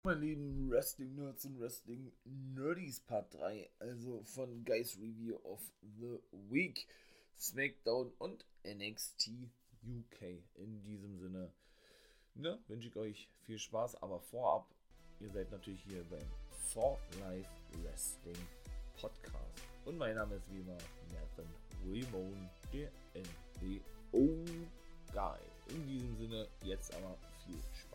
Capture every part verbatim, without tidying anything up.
Meine lieben Wrestling-Nerds und Wrestling-Nerdies Part drei, also von Guys Review of the Week, SmackDown und N X T U K. In diesem Sinne, ne, wünsche ich euch viel Spaß, aber vorab, ihr seid natürlich hier beim For Life Wrestling Podcast. Und mein Name ist wie immer Nathan Ramon, der N W O Guy. In diesem Sinne, jetzt aber viel Spaß.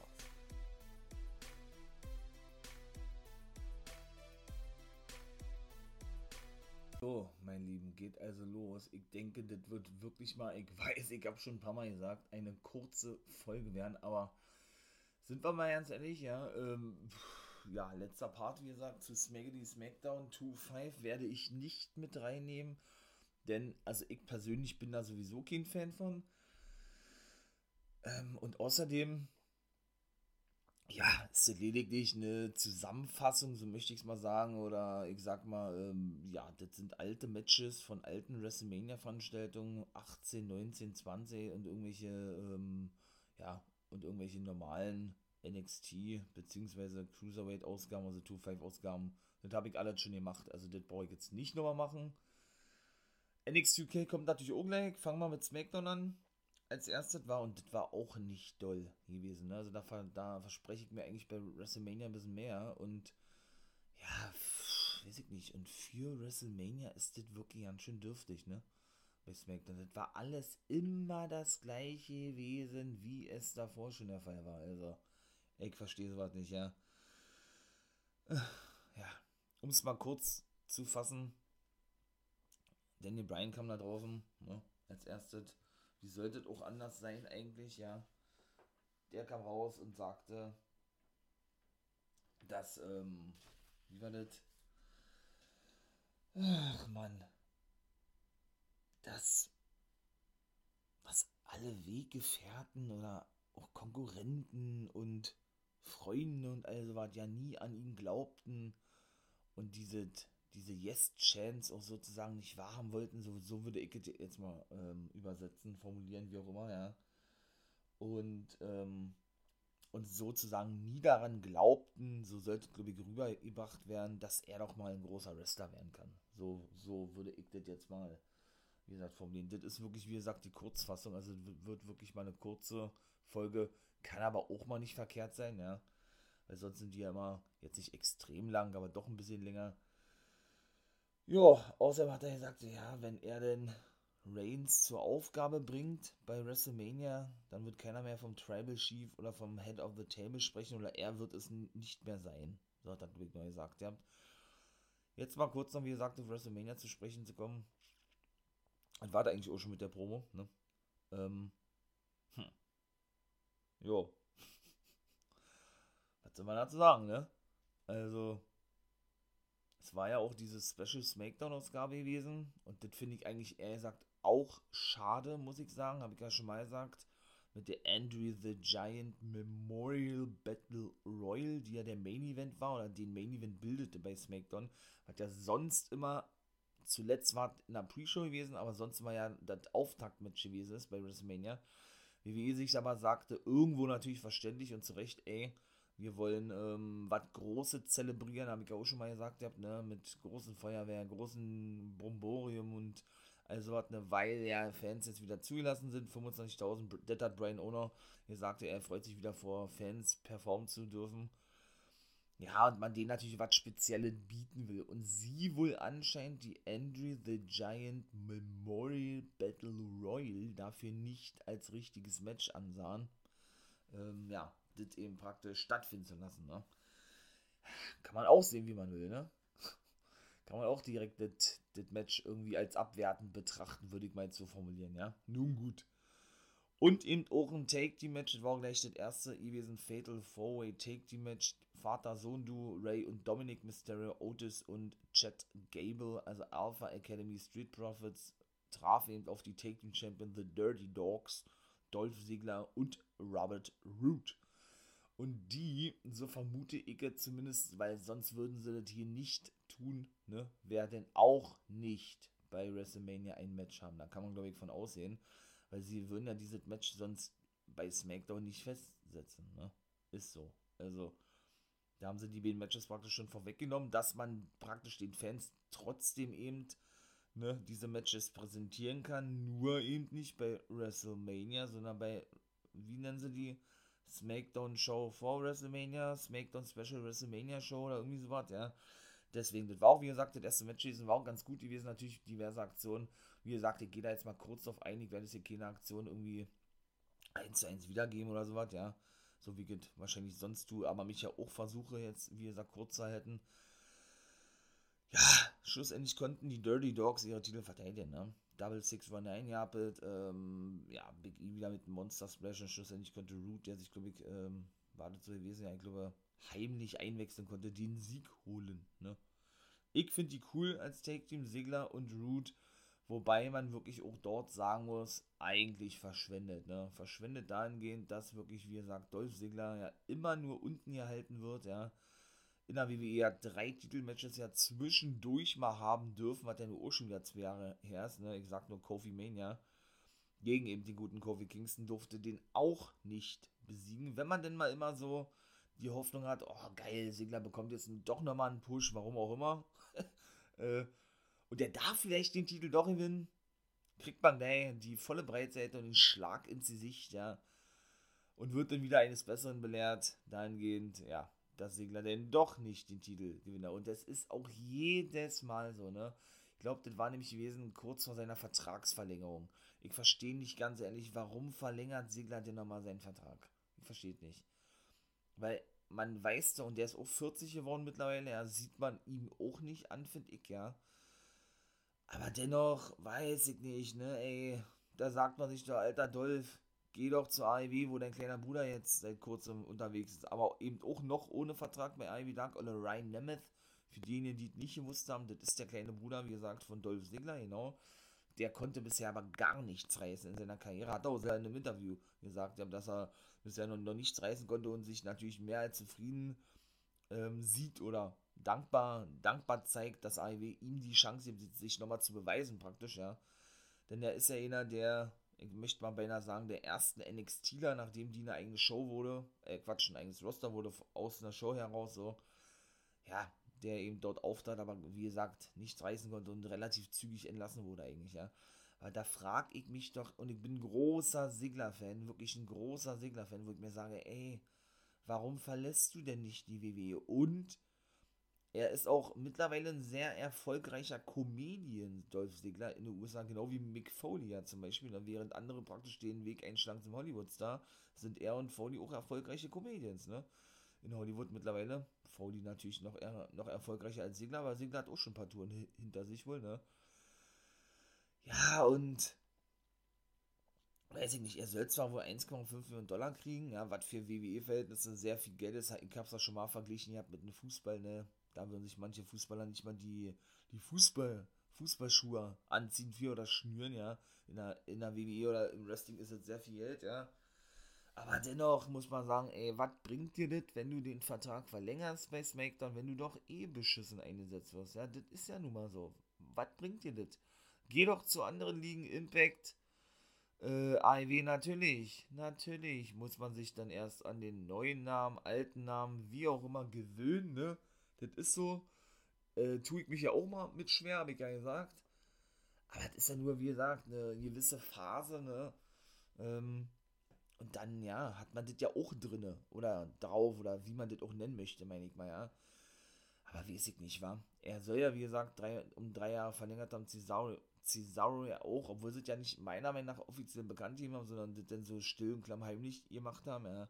So, mein Lieben, geht also los. Ich denke, das wird wirklich mal, ich weiß, ich habe schon ein paar Mal gesagt, eine kurze Folge werden, aber sind wir mal ganz ehrlich, ja, ähm, pff, ja, letzter Part, wie gesagt, zu Smackity Smackdown zwei Punkt fünf werde ich nicht mit reinnehmen, denn, also ich persönlich bin da sowieso kein Fan von. Ähm, und außerdem, ja, ist das lediglich eine Zusammenfassung, so möchte ich es mal sagen, oder ich sag mal, ähm, ja, das sind alte Matches von alten WrestleMania-Veranstaltungen, achtzehn, neunzehn, zwanzig und irgendwelche, ähm, ja, und irgendwelche normalen N X T bzw. Cruiserweight-Ausgaben, also zwei Punkt fünf-Ausgaben, das habe ich alles schon gemacht, also das brauche ich jetzt nicht nochmal machen. N X T U K kommt natürlich auch gleich, fangen wir mit SmackDown an als erstes war, und das war auch nicht doll gewesen. Ne? Also da, da verspreche ich mir eigentlich bei WrestleMania ein bisschen mehr. Und ja, pff, weiß ich nicht. Und für WrestleMania ist das wirklich ganz schön dürftig, ne? Bei SmackDown. Das war alles immer das gleiche gewesen, wie es davor schon der Fall war. Also, ich verstehe sowas nicht, ja. Ja, um es mal kurz zu fassen, Daniel Bryan kam da drauf, ne? Als erstes. Wie sollte es auch anders sein eigentlich, ja? Der kam raus und sagte, dass, ähm, wie war das? Ach Mann, dass, was alle Weggefährten oder auch Konkurrenten und Freunde und all sowas ja nie an ihn glaubten und diese, diese Yes-Chance auch sozusagen nicht wahrhaben wollten, so, so würde ich es jetzt mal ähm, übersetzen, formulieren, wie auch immer, ja. Und, ähm, und sozusagen nie daran glaubten, so sollte, glaube ich, rübergebracht werden, dass er doch mal ein großer Wrestler werden kann. So, so würde ich das jetzt mal, wie gesagt, formulieren. Das ist wirklich, wie gesagt, die Kurzfassung. Also wird wirklich mal eine kurze Folge, kann aber auch mal nicht verkehrt sein, ja. Weil sonst sind die ja immer jetzt nicht extrem lang, aber doch ein bisschen länger. Ja, außerdem hat er gesagt, ja, wenn er denn Reigns zur Aufgabe bringt bei WrestleMania, dann wird keiner mehr vom Tribal Chief oder vom Head of the Table sprechen oder er wird es nicht mehr sein. So hat er Big neu gesagt. Ja. Jetzt mal kurz noch, wie gesagt, auf WrestleMania zu sprechen zu kommen. Das war da eigentlich auch schon mit der Promo, ne? Ähm, hm, jo, was soll man dazu sagen, ne? Also, es war ja auch diese Special Smackdown-Ausgabe gewesen und das finde ich eigentlich eher gesagt auch schade, muss ich sagen, habe ich ja schon mal gesagt, mit der Andre the Giant Memorial Battle Royal, die ja der Main Event war oder den Main Event bildete bei SmackDown, hat ja sonst immer, zuletzt war in der Pre-Show gewesen, aber sonst war ja das Auftaktmatch gewesen ist bei WrestleMania. W W E sich aber sagte, irgendwo natürlich verständlich und zu Recht, ey, wir wollen ähm, was Großes zelebrieren, habe ich ja auch schon mal gesagt, habt, ne, mit großen Feuerwehr, großen Bromborium und also was, ne, weil ja Fans jetzt wieder zugelassen sind, fünfundzwanzigtausend, das hat Brian Owner gesagt, er freut sich wieder vor Fans performen zu dürfen. Ja, und man denen natürlich was Spezielles bieten will. Und sie wohl anscheinend die Andre the Giant Memorial Battle Royal dafür nicht als richtiges Match ansahen. Ähm, ja, das eben praktisch stattfinden zu lassen, ne? Kann man auch sehen, wie man will, ne? Kann man auch direkt das Match irgendwie als abwertend betrachten, würde ich mal jetzt so formulieren, ja? Nun gut. Und eben auch ein Take-Team-Match, das war auch gleich das erste gewesen, Fatal Four-Way Take-Team-Match, Vater-Sohn-Duo, Ray und Dominic Mysterio, Otis und Chad Gable, also Alpha Academy Street Profits, traf eben auf die Take-Team-Champion The Dirty Dogs, Dolph Ziggler und Robert Root. Und die, so vermute ich jetzt zumindest, weil sonst würden sie das hier nicht tun, ne, werden auch nicht bei WrestleMania ein Match haben. Da kann man, glaube ich, von aussehen. Weil sie würden ja dieses Match sonst bei SmackDown nicht festsetzen, ne? Ist so. Also, Da haben sie die beiden Matches praktisch schon vorweggenommen, dass man praktisch den Fans trotzdem eben, ne, diese Matches präsentieren kann, nur eben nicht bei WrestleMania, sondern bei, wie nennen sie die? SmackDown Show vor WrestleMania, SmackDown Special WrestleMania Show oder irgendwie sowas, ja. Deswegen, das war auch, wie gesagt, das erste Match gewesen, war auch ganz gut gewesen, natürlich diverse Aktionen. Wie gesagt, ich gehe da jetzt mal kurz drauf ein, ich werde jetzt hier keine Aktion irgendwie eins zu eins wiedergeben oder sowas, ja. So wie ich es wahrscheinlich sonst tue, aber mich ja auch versuche jetzt, wie gesagt, kurz zu halten. Ja, schlussendlich konnten die Dirty Dogs ihre Titel verteidigen, ne? Double six one nine gehabt, ähm, ja, Big E wieder mit einem Monster Splash und schlussendlich konnte Root, der sich, glaube ich, ähm, war das so gewesen, ja, ich glaube, heimlich einwechseln konnte, den Sieg holen, ne? Ich finde die cool als Take-Team, Ziggler und Root, wobei man wirklich auch dort sagen muss, eigentlich verschwendet, ne? Verschwendet dahingehend, dass wirklich, wie gesagt, Dolph Ziggler ja immer nur unten gehalten wird, ja. In der W W E ja drei Titelmatches ja zwischendurch mal haben dürfen, was ja nur auch schon wieder zwei Jahre her ist, ne? Ich sag nur Kofi Mania. Gegen eben den guten Kofi Kingston durfte den auch nicht besiegen. Wenn man denn mal immer so die Hoffnung hat, oh geil, Ziggler bekommt jetzt doch nochmal einen Push, warum auch immer. äh, und der darf vielleicht den Titel doch gewinnen, kriegt man gleich die volle Breitseite und den Schlag ins Gesicht, ja. Und wird dann wieder eines Besseren belehrt, dahingehend, ja, dass Ziggler denn doch nicht den Titel gewinnt. Und das ist auch jedes Mal so, ne. Ich glaube, das war nämlich gewesen kurz vor seiner Vertragsverlängerung. Ich verstehe nicht ganz ehrlich, warum verlängert Ziggler denn nochmal seinen Vertrag? Ich verstehe es nicht. Weil man weiß doch, und der ist auch vierzig geworden mittlerweile, ja, sieht man ihm auch nicht an, finde ich, ja. Aber dennoch, weiß ich nicht, ne, ey, da sagt man sich doch, alter Dolph, geh doch zur A E W, wo dein kleiner Bruder jetzt seit kurzem unterwegs ist, aber eben auch noch ohne Vertrag bei A E W dank oder Ryan Nemeth, für diejenigen, die es nicht gewusst haben, das ist der kleine Bruder, wie gesagt, von Dolph Ziggler, genau. Der konnte bisher aber gar nichts reißen in seiner Karriere, hat er auch selber in einem Interview gesagt, dass er bisher noch, noch nichts reißen konnte und sich natürlich mehr als zufrieden ähm, sieht oder dankbar, dankbar zeigt, dass A E W ihm die Chance gibt, sich nochmal zu beweisen praktisch, ja. Denn er ist ja einer der, ich möchte mal beinahe sagen, der ersten NXTler, nachdem die eine eigene Show wurde, äh Quatsch, ein eigenes Roster wurde aus einer Show heraus, so, ja, der eben dort auftrat, aber wie gesagt, nichts reißen konnte und relativ zügig entlassen wurde eigentlich, ja. Aber da frage ich mich doch, und ich bin ein großer Ziggler-Fan, wirklich ein großer Ziggler-Fan, wo ich mir sage, ey, warum verlässt du denn nicht die W W E? Und er ist auch mittlerweile ein sehr erfolgreicher Comedian, Dolph Ziggler, in den U S A, genau wie Mick Foley ja zum Beispiel. Während andere praktisch den Weg einschlagen zum Hollywood-Star, sind er und Foley auch erfolgreiche Comedians, ne? In Hollywood mittlerweile. Foley natürlich noch, eher, noch erfolgreicher als Ziggler, aber Ziggler hat auch schon ein paar Touren hi- hinter sich wohl, ne? Ja, und weiß ich nicht, er soll zwar wohl eins Komma fünf Millionen Dollar kriegen, ja, was für W W E-Verhältnisse sehr viel Geld ist. Ich hab's auch schon mal verglichen gehabt mit einem Fußball, ne? Da würden sich manche Fußballer nicht mal die, die Fußball, Fußballschuhe anziehen für oder schnüren, ja. In der, in der W W E oder im Wrestling ist es sehr viel Geld, ja. Aber dennoch muss man sagen, ey, was bringt dir das, wenn du den Vertrag verlängerst bei SmackDown, wenn du doch eh beschissen eingesetzt wirst, ja? Das ist ja nun mal so. Was bringt dir das? Geh doch zu anderen Ligen, Impact, äh, A E W natürlich, natürlich muss man sich dann erst an den neuen Namen, alten Namen, wie auch immer gewöhnen, ne? Das ist so, äh, tue ich mich ja auch mal mit schwer, habe ich ja gesagt. Aber das ist ja nur, wie gesagt, eine gewisse Phase, ne? Ähm, und dann, ja, hat man das ja auch drinne oder drauf oder wie man das auch nennen möchte, meine ich mal, ja. Aber weiß ich nicht, wa? Er soll ja, wie gesagt, drei, um drei Jahre verlängert haben, Cesaro, Cesaro ja auch, obwohl sie es ja nicht meiner Meinung nach offiziell bekannt gegeben haben, sondern das dann so still und klammheimlich gemacht haben, ja.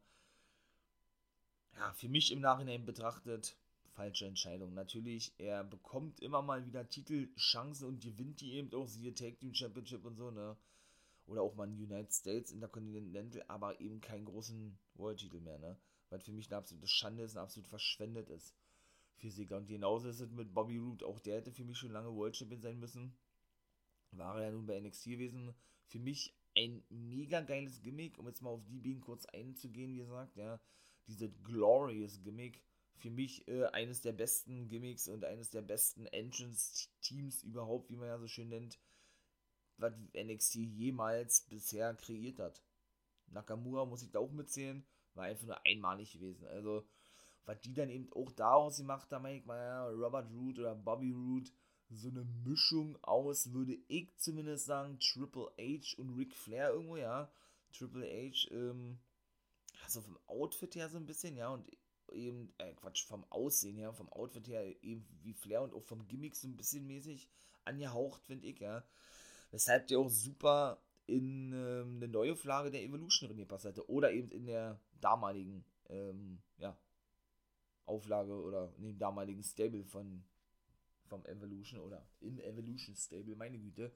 Ja, für mich im Nachhinein betrachtet, falsche Entscheidung. Natürlich, er bekommt immer mal wieder Titelchancen und gewinnt die eben auch, siehe Tag Team Championship und so, ne? Oder auch mal ein United States Intercontinental, aber eben keinen großen World-Titel mehr, ne? Was für mich eine absolute Schande ist, eine absolut verschwendet ist für Sigler. Und genauso ist es mit Bobby Roode. Auch der hätte für mich schon lange World Champion sein müssen. War er ja nun bei N X T gewesen. Für mich ein mega geiles Gimmick, um jetzt mal auf die Bienen kurz einzugehen, wie gesagt, ja. Diese Glorious Gimmick. Für mich äh, eines der besten Gimmicks und eines der besten Entrance-Teams überhaupt, wie man ja so schön nennt, was N X T jemals bisher kreiert hat. Nakamura muss ich da auch mitzählen, war einfach nur einmalig gewesen. Also was die dann eben auch daraus gemacht haben, ich mal, ja, Robert Roode oder Bobby Roode, so eine Mischung aus, würde ich zumindest sagen, Triple H und Ric Flair irgendwo, ja. Triple H, ähm, also vom Outfit her so ein bisschen, ja, und eben, äh, Quatsch, vom Aussehen her, vom Outfit her eben wie Flair und auch vom Gimmick so ein bisschen mäßig angehaucht, finde ich, ja. Weshalb der auch super in ähm, eine neue Flagge der Evolution drin gepasst hätte. Oder eben in der damaligen, ähm, ja, Auflage oder in dem damaligen Stable von vom Evolution oder im Evolution Stable, meine Güte.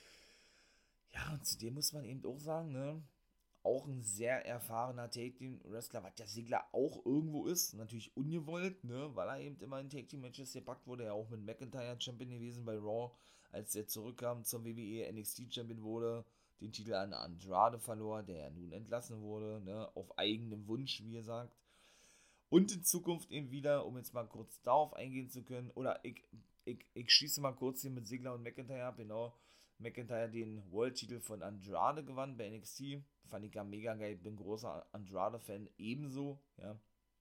Ja, und zudem muss man eben auch sagen, ne, auch ein sehr erfahrener Take-Team-Wrestler, was der Ziggler auch irgendwo ist, natürlich ungewollt, ne, weil er eben immer in Take-Team-Matches gepackt wurde, ja auch mit McIntyre Champion gewesen bei Raw, als er zurückkam zum W W E N X T-Champion wurde, den Titel an Andrade verlor, der ja nun entlassen wurde, ne, auf eigenem Wunsch, wie gesagt. Und in Zukunft eben wieder, um jetzt mal kurz darauf eingehen zu können, oder ich, ich, ich schieße mal kurz hier mit Ziggler und McIntyre ab, genau. McIntyre den World-Titel von Andrade gewann bei N X T. Fand ich ja mega geil, bin großer Andrade-Fan ebenso, ja.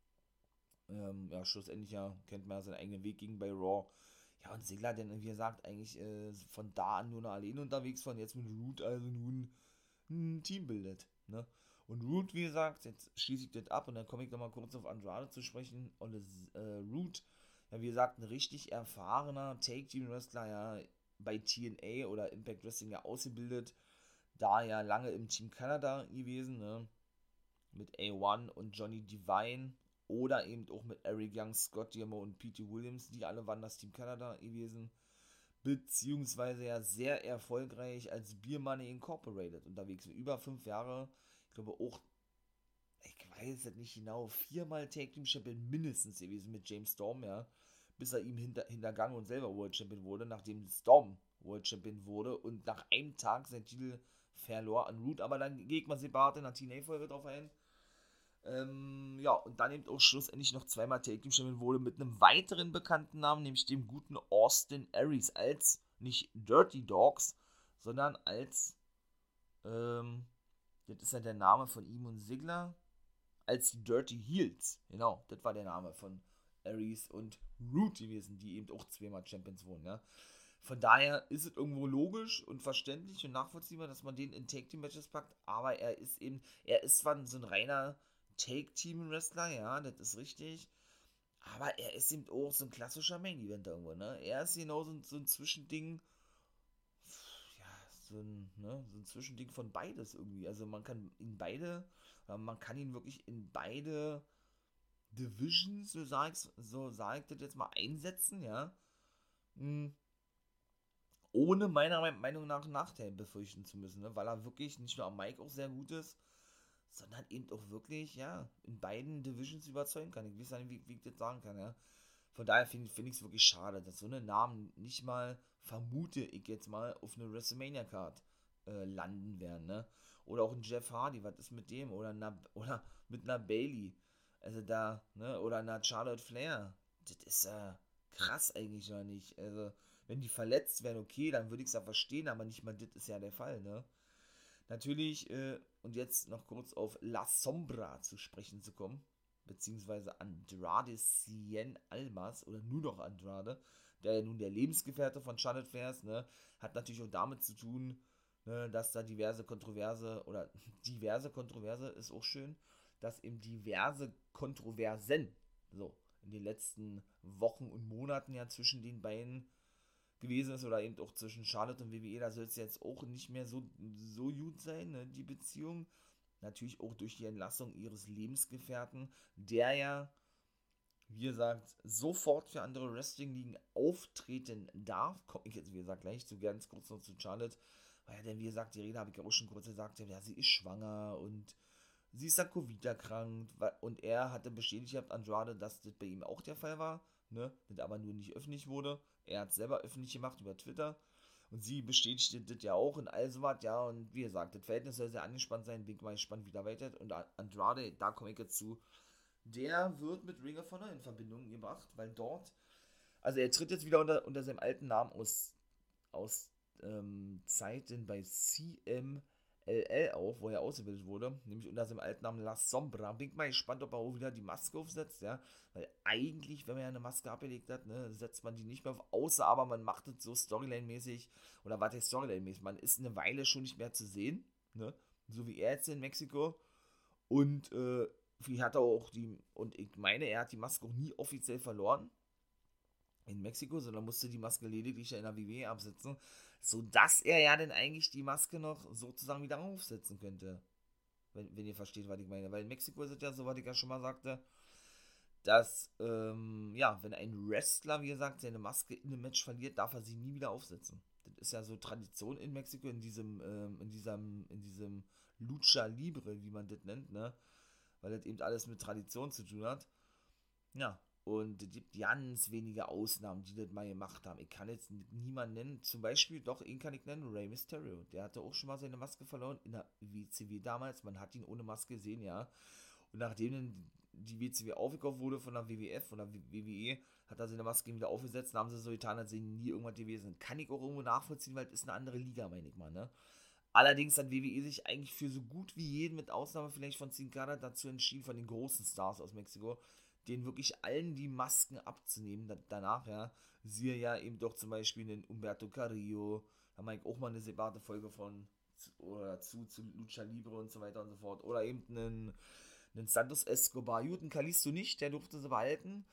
Ähm, ja, schlussendlich ja, kennt man ja seinen eigenen Weg gegen bei Raw. Ja, und Ziggler, denn wie gesagt, eigentlich äh, von da an nur noch alleine unterwegs von jetzt mit Root also nun ein Team bildet, ne. Und Root, wie gesagt, jetzt schließe ich das ab und dann komme ich nochmal kurz auf Andrade zu sprechen. Und das, äh, Root, ja, wie gesagt, ein richtig erfahrener Take-Team-Wrestler, ja, bei T N A oder Impact Wrestling ja ausgebildet, da ja lange im Team Canada gewesen, ne, mit A eins und Johnny Devine oder eben auch mit Eric Young, Scott D'Amo und P T Williams, die alle waren das Team Canada gewesen, beziehungsweise ja sehr erfolgreich als Beer Money Incorporated unterwegs, über fünf Jahre, ich glaube auch, ich weiß es nicht genau, viermal Tag Team Champion mindestens gewesen mit James Storm, ja, bis er ihm hinter, hintergangen und selber World Champion wurde, nachdem Storm World Champion wurde und nach einem Tag sein Titel verlor an Root, aber dann geht man separat in der T N A-Folge drauf ein. Ähm, ja, und dann eben auch schlussendlich noch zweimal Tag Team Champion wurde mit einem weiteren bekannten Namen, nämlich dem guten Austin Aries, als nicht Dirty Dogs, sondern als, ähm, das ist ja der Name von ihm und Ziggler, als die Dirty Heels. Genau, das war der Name von Aries und Root gewesen, die eben auch zweimal Champions wurden, ja. Von daher ist es irgendwo logisch und verständlich und nachvollziehbar, dass man den in Take-Team-Matches packt, aber er ist eben, er ist zwar so ein reiner Take-Team-Wrestler, ja, das ist richtig, aber er ist eben auch so ein klassischer Main-Event irgendwo, ne. Er ist genau so, so ein Zwischending, ja, so ein, ne, so ein Zwischending von beides irgendwie. Also man kann ihn beide, man kann ihn wirklich in beide Divisions, so sag ich, so sag ich das jetzt mal, einsetzen, ja. Hm, ohne meiner Meinung nach einen Nachteil befürchten zu müssen, ne? Weil er wirklich nicht nur am Mic auch sehr gut ist, sondern eben auch wirklich, ja, in beiden Divisions überzeugen kann. Ich weiß nicht, wie, wie ich das sagen kann, ja. Von daher finde find ich es wirklich schade, dass so eine Namen nicht mal, vermute ich jetzt mal, auf eine WrestleMania-Card äh, landen werden, ne? Oder auch ein Jeff Hardy, was ist mit dem? Oder, einer, oder mit einer Bailey. Also da, ne? Oder einer Charlotte Flair. Das ist äh, krass eigentlich noch nicht. Also, wenn die verletzt werden, okay, dann würde ich es ja verstehen, aber nicht mal das ist ja der Fall, ne? Natürlich, äh, und jetzt noch kurz auf La Sombra zu sprechen zu kommen, beziehungsweise Andrade Cien Almas, oder nur noch Andrade, der ja nun der Lebensgefährte von Charlotte Flair ist, ne, hat natürlich auch damit zu tun, ne, dass da diverse Kontroverse, oder diverse Kontroverse ist auch schön, dass eben diverse Kontroversen, so, in den letzten Wochen und Monaten ja zwischen den beiden gewesen ist, oder eben auch zwischen Charlotte und W W E, da soll es jetzt auch nicht mehr so, so gut sein, ne, die Beziehung. Natürlich auch durch die Entlassung ihres Lebensgefährten, der ja, wie gesagt, sofort für andere Wrestling-Ligen auftreten darf. Komme ich jetzt, wie gesagt, gleich zu ganz kurz noch zu Charlotte, weil ja, denn wie gesagt, die Rede habe ich ja auch schon kurz gesagt, ja, sie ist schwanger und sie ist an Covid erkrankt, und er hatte bestätigt gehabt, Andrade, dass das bei ihm auch der Fall war, ne, das aber nur nicht öffentlich wurde. Er hat es selber öffentlich gemacht über Twitter. Und sie bestätigte das ja auch und all sowas, ja, und wie gesagt, das Verhältnis soll sehr angespannt sein, bin ich mal gespannt, wie da weiter. Und Andrade, da komme ich jetzt zu, der wird mit Ring of Honor in Verbindung gebracht, weil dort, also er tritt jetzt wieder unter, unter seinem alten Namen aus, aus ähm, Zeiten bei C M L L auf, wo er ausgebildet wurde, nämlich unter seinem alten Namen La Sombra. Bin ich mal gespannt, ob er auch wieder die Maske aufsetzt, ja, weil eigentlich, wenn man ja eine Maske abgelegt hat, ne, setzt man die nicht mehr auf, außer aber man macht es so Storyline-mäßig, oder was heißt Storyline-mäßig, man ist eine Weile schon nicht mehr zu sehen, ne, so wie er jetzt in Mexiko, und äh, wie hat er auch die, und ich meine, er hat die Maske auch nie offiziell verloren in Mexiko, sondern musste die Maske lediglich in der W W E absetzen, sodass er ja dann eigentlich die Maske noch sozusagen wieder aufsetzen könnte. Wenn, wenn ihr versteht, was ich meine. Weil in Mexiko ist es ja so, was ich ja schon mal sagte, dass, ähm, ja, wenn ein Wrestler, wie gesagt, seine Maske in einem Match verliert, darf er sie nie wieder aufsetzen. Das ist ja so Tradition in Mexiko, in diesem, ähm, in diesem, in diesem Lucha Libre, wie man das nennt, ne? Weil das eben alles mit Tradition zu tun hat. Ja, und es gibt ganz wenige Ausnahmen, die das mal gemacht haben. Ich kann jetzt niemanden nennen. Zum Beispiel, doch, ihn kann ich nennen, Rey Mysterio. Der hatte auch schon mal seine Maske verloren in der W C W damals. Man hat ihn ohne Maske gesehen, ja. Und nachdem dann die W C W aufgekauft wurde von der W W F, von der W W E, hat er seine Maske wieder aufgesetzt und haben sie so getan, als sie nie irgendwas gewesen. Kann ich auch irgendwo nachvollziehen, weil es ist eine andere Liga, meine ich mal, ne. Allerdings hat W W E sich eigentlich für so gut wie jeden, mit Ausnahme vielleicht von Sin Cara, dazu entschieden, von den großen Stars aus Mexiko, denen wirklich allen die Masken abzunehmen, da, danach, ja. Siehe ja eben doch zum Beispiel den Humberto Carrillo, da mache ich auch mal eine separate Folge von, zu, oder zu, zu Lucha Libre und so weiter und so fort. Oder eben einen, einen Santos Escobar. Gut, einen Kalisto nicht, der durfte sie behalten.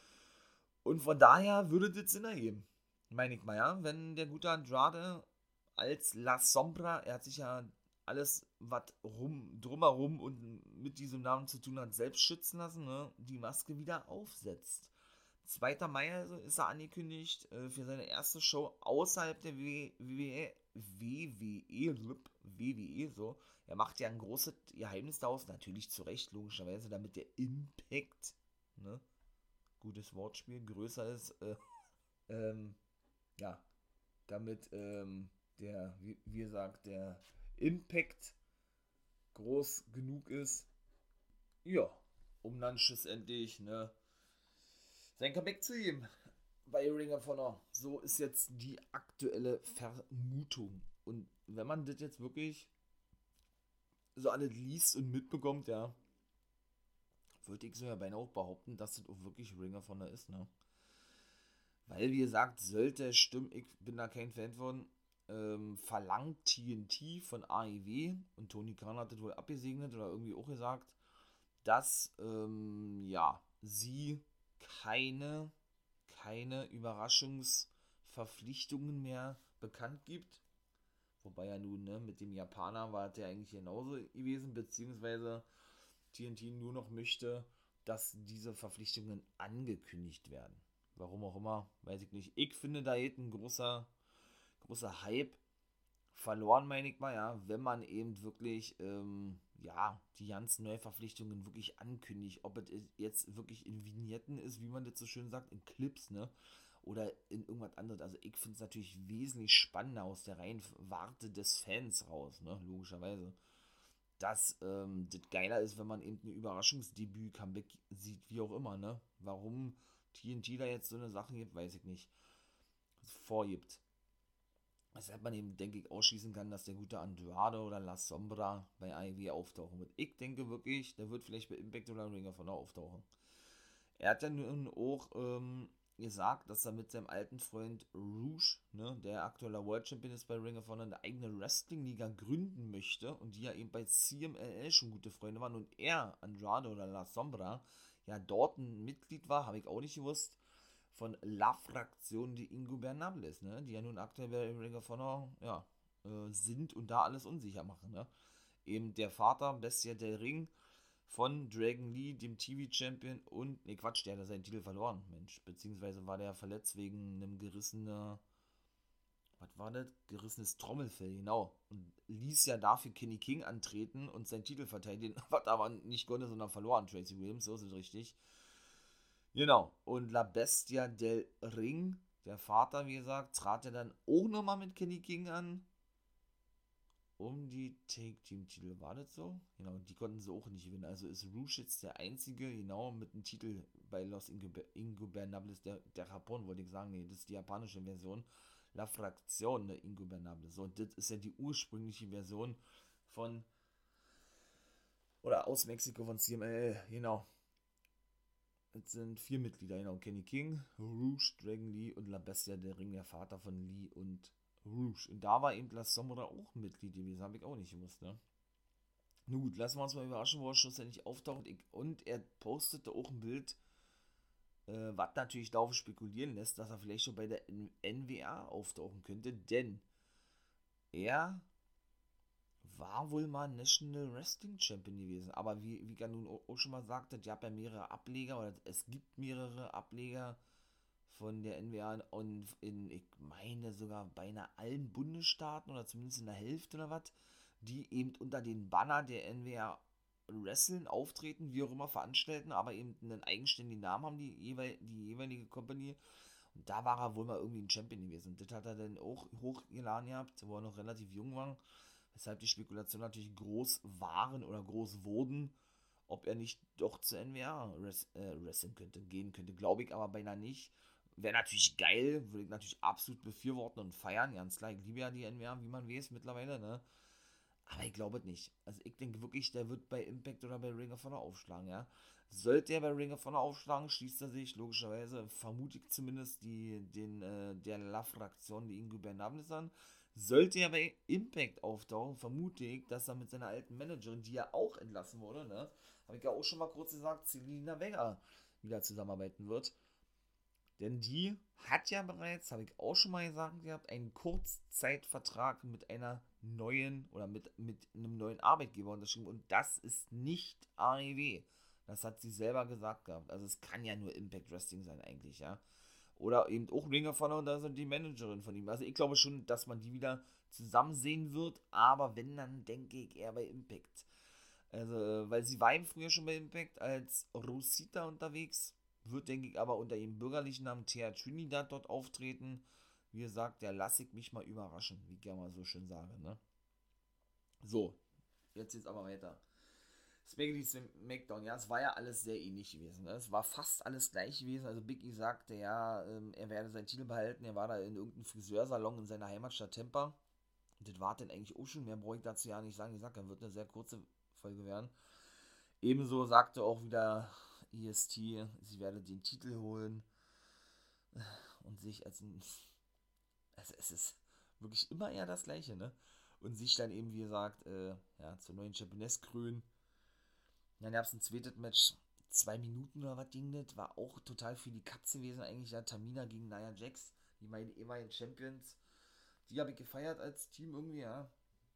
Und von daher würde das Sinn ergeben, meine ich mal, ja. Wenn der gute Andrade als La Sombra, er hat sich ja alles, was rum, drumherum und mit diesem Namen zu tun hat, selbst schützen lassen, ne, die Maske wieder aufsetzt. zweiter Mai also ist er angekündigt äh, für seine erste Show außerhalb der W W E, W W E, W W E, so. Er macht ja ein großes Geheimnis daraus, natürlich zu Recht, logischerweise, damit der Impact, ne, gutes Wortspiel, größer ist, äh, ähm, ja, damit, ähm, der, wie, wie gesagt, der Impact groß genug ist, ja, um dann schlussendlich, ne, sein Comeback zu geben bei Ring of Honor. So ist jetzt die aktuelle Vermutung. Und wenn man das jetzt wirklich so alles liest und mitbekommt, ja, würde ich so ja beinahe auch behaupten, dass das auch wirklich Ring of Honor ist, ne. Weil, wie gesagt, sollte es stimmen, ich bin da kein Fan von, ähm, verlangt T N T von A E W, und Tony Khan hat das wohl abgesegnet oder irgendwie auch gesagt, dass, ähm, ja, sie keine, keine Überraschungsverpflichtungen mehr bekannt gibt. Wobei ja nun, ne, mit dem Japaner war der eigentlich genauso gewesen, beziehungsweise T N T nur noch möchte, dass diese Verpflichtungen angekündigt werden. Warum auch immer, weiß ich nicht. Ich finde, da geht ein großer, großer Hype verloren, meine ich mal, ja, wenn man eben wirklich, ähm, ja, die ganzen Neuverpflichtungen wirklich ankündigt. Ob es jetzt wirklich in Vignetten ist, wie man das so schön sagt, in Clips, ne, oder in irgendwas anderes. Also ich finde es natürlich wesentlich spannender aus der reinen Warte des Fans raus, ne, logischerweise. Dass ähm, das geiler ist, wenn man eben ein Überraschungsdebüt-Comeback sieht, wie auch immer, ne. Warum T N T da jetzt so eine Sache gibt, weiß ich nicht. Vorgibt. Weshalb man eben, denke ich, ausschließen kann, dass der gute Andrade oder La Sombra bei A E W auftauchen wird. Ich denke wirklich, der wird vielleicht bei Impact oder Ring of Honor auftauchen. Er hat ja nun auch ähm, gesagt, dass er mit seinem alten Freund Rouge, ne, der aktueller World Champion ist bei Ring of Honor, eine eigene Wrestling-Liga gründen möchte, und die ja eben bei C M L L schon gute Freunde waren, und er, Andrade oder La Sombra, ja dort ein Mitglied war, habe ich auch nicht gewusst, von La Fraktion de Ingobernables, ne, die ja nun aktuell bei Ring of Honor, ja, äh, sind und da alles unsicher machen, ne. Eben der Vater, Bestia del Ring, von Dragon Lee, dem T V-Champion, und, ne Quatsch, der hat seinen Titel verloren, Mensch, beziehungsweise war der verletzt wegen einem gerissenen, was war das? Gerissenes Trommelfell, genau. Und ließ ja dafür Kenny King antreten und seinen Titel verteidigen, was aber nicht konnte, sondern verloren, Tracy Williams, so ist es richtig. Genau, und La Bestia del Ring, der Vater, wie gesagt, trat ja dann auch nochmal mit Kenny King an, um die Take-Team-Titel, war das so? Genau, die konnten sie auch nicht gewinnen. Also ist Rouge jetzt der einzige, genau, mit dem Titel bei Los Ingobernables, der, der Japon, wollte ich sagen, nee, das ist die japanische Version, La Fraktion der Ingobernables. So, und das ist ja die ursprüngliche Version von, oder aus Mexiko von C M L, genau. Es sind vier Mitglieder, genau. Kenny King, Rouge, Dragon Lee und La Bestia, der Ring, der Vater von Lee und Rouge. Und da war eben La Sombra auch Mitglied gewesen, habe ich auch nicht gewusst, ne? Nun gut, lassen wir uns mal überraschen, wo er schlussendlich auftaucht. Ich, und er postete auch ein Bild, äh, was natürlich darauf spekulieren lässt, dass er vielleicht schon bei der N W A auftauchen könnte, denn er war wohl mal National Wrestling Champion gewesen. Aber wie, wie ich ja nun auch schon mal sagte, die hat ja mehrere Ableger, oder es gibt mehrere Ableger von der N W A und in, ich meine sogar beinahe allen Bundesstaaten oder zumindest in der Hälfte oder was, die eben unter den Banner der N W A wresteln, auftreten, wie auch immer veranstalten, aber eben einen eigenständigen Namen haben, die, jeweil, die jeweilige Company. Und da war er wohl mal irgendwie ein Champion gewesen. Und das hat er dann auch hochgeladen gehabt, wo er noch relativ jung war. Weshalb die Spekulationen natürlich groß waren oder groß wurden, ob er nicht doch zur N W A res, äh, wresteln könnte, gehen könnte. Glaube ich aber beinahe nicht. Wäre natürlich geil, würde ich natürlich absolut befürworten und feiern. Ganz klar, ich liebe ja die N W A, wie man weiß mittlerweile, ne? Aber ich glaube es nicht. Also ich denke wirklich, der wird bei Impact oder bei Ring of Honor aufschlagen, ja. Sollte er bei Ring of Honor aufschlagen, schließt er sich logischerweise, vermute ich zumindest, die, den, äh, der La-Fraktion, die Ingo Bernabnis an. Sollte er bei Impact auftauchen, vermute ich, dass er mit seiner alten Managerin, die ja auch entlassen wurde, ne, habe ich ja auch schon mal kurz gesagt, Selina Vega wieder zusammenarbeiten wird. Denn die hat ja bereits, habe ich auch schon mal gesagt gehabt, einen Kurzzeitvertrag mit einer neuen oder mit, mit einem neuen Arbeitgeber unterschrieben. Und das ist nicht A E W. Das hat sie selber gesagt gehabt. Also es kann ja nur Impact Wrestling sein eigentlich, ja. Oder eben auch Ring of Honor und da sind die Managerin von ihm. Also ich glaube schon, dass man die wieder zusammen sehen wird. Aber wenn, dann denke ich eher bei Impact. Also, weil sie war eben früher schon bei Impact als Rosita unterwegs. Wird, denke ich, aber unter ihrem bürgerlichen Namen Thea Trinidad dort auftreten. Wie gesagt, der lasse ich mich mal überraschen, wie ich gerne mal so schön sage, ne? So, jetzt geht's aber weiter. Smackdown, Smackdown, ja, es war ja alles sehr ähnlich gewesen. Ne? Es war fast alles gleich gewesen. Also Big E sagte, ja, ähm, er werde seinen Titel behalten. Er war da in irgendeinem Friseursalon in seiner Heimatstadt Tampa. Und das war dann eigentlich auch schon. Mehr brauche ich dazu ja nicht sagen. Ich sage, dann wird eine sehr kurze Folge werden. Ebenso sagte auch wieder E S T, sie werde den Titel holen und sich als ein, also es ist wirklich immer eher das Gleiche, ne? Und sich dann eben, wie gesagt, äh, ja, zur neuen Championess krönen. Dann gab es ein zweites Match, zwei Minuten oder was ging das, war auch total für die Katze gewesen eigentlich, ja, Tamina gegen Nia Jax, die meine ehemaligen Champions, die habe ich gefeiert als Team irgendwie, ja.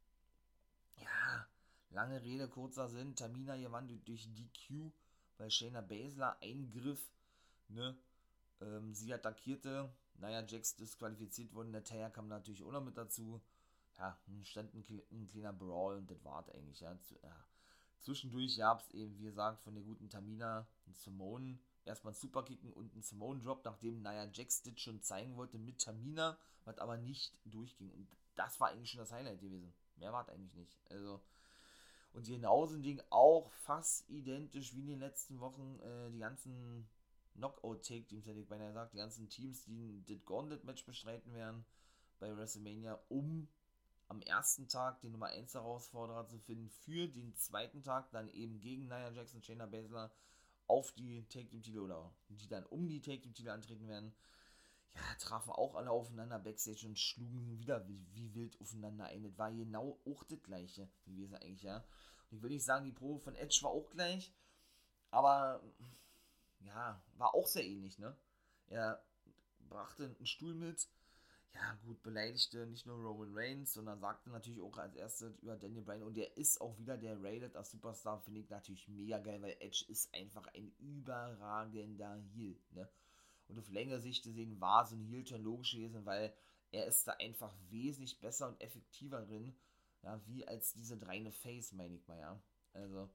Ja, lange Rede, kurzer Sinn, Tamina gewann durch D Q, weil Shayna Baszler eingriff, ne, ähm, sie attackierte, naja, Jax disqualifiziert wurde, Natalia kam natürlich auch noch mit dazu, ja, stand ein, ein kleiner Brawl und das war's eigentlich, ja, Zu, ja. Zwischendurch gab es eben, wie gesagt, von der guten Tamina einen Simone, erstmal einen Superkicken und einen Simone-Drop, nachdem Nia Jax das schon zeigen wollte mit Tamina, was aber nicht durchging. Und das war eigentlich schon das Highlight gewesen. Mehr war es eigentlich nicht. Also, und genauso ein Ding auch fast identisch wie in den letzten Wochen äh, die ganzen Knockout-Take-Teams, hätte ich beinahe gesagt, die ganzen Teams, die das Gauntlet-Match bestreiten werden bei WrestleMania, um am ersten Tag den Nummer eins Herausforderer zu finden, für den zweiten Tag dann eben gegen Nia Jax und Shayna Baszler auf die Take-Team-Titel oder die dann um die Take-Team-Titel antreten werden. Ja, trafen auch alle aufeinander Backstage und schlugen wieder wie, wie wild aufeinander ein. Das war genau auch das gleiche gewesen eigentlich, ja. Und ich will nicht sagen, die Probe von Edge war auch gleich, aber ja, war auch sehr ähnlich, ne? Er brachte einen Stuhl mit, ja gut, beleidigte nicht nur Roman Reigns, sondern sagte natürlich auch als erstes über Daniel Bryan, und der ist auch wieder der Rated als Superstar, finde ich natürlich mega geil, weil Edge ist einfach ein überragender Heel, ne? Und auf längere Sicht gesehen war so ein Heel-Turn logisch gewesen, weil er ist da einfach wesentlich besser und effektiver drin, ja, wie als diese reine Face, meine ich mal, ja. Also,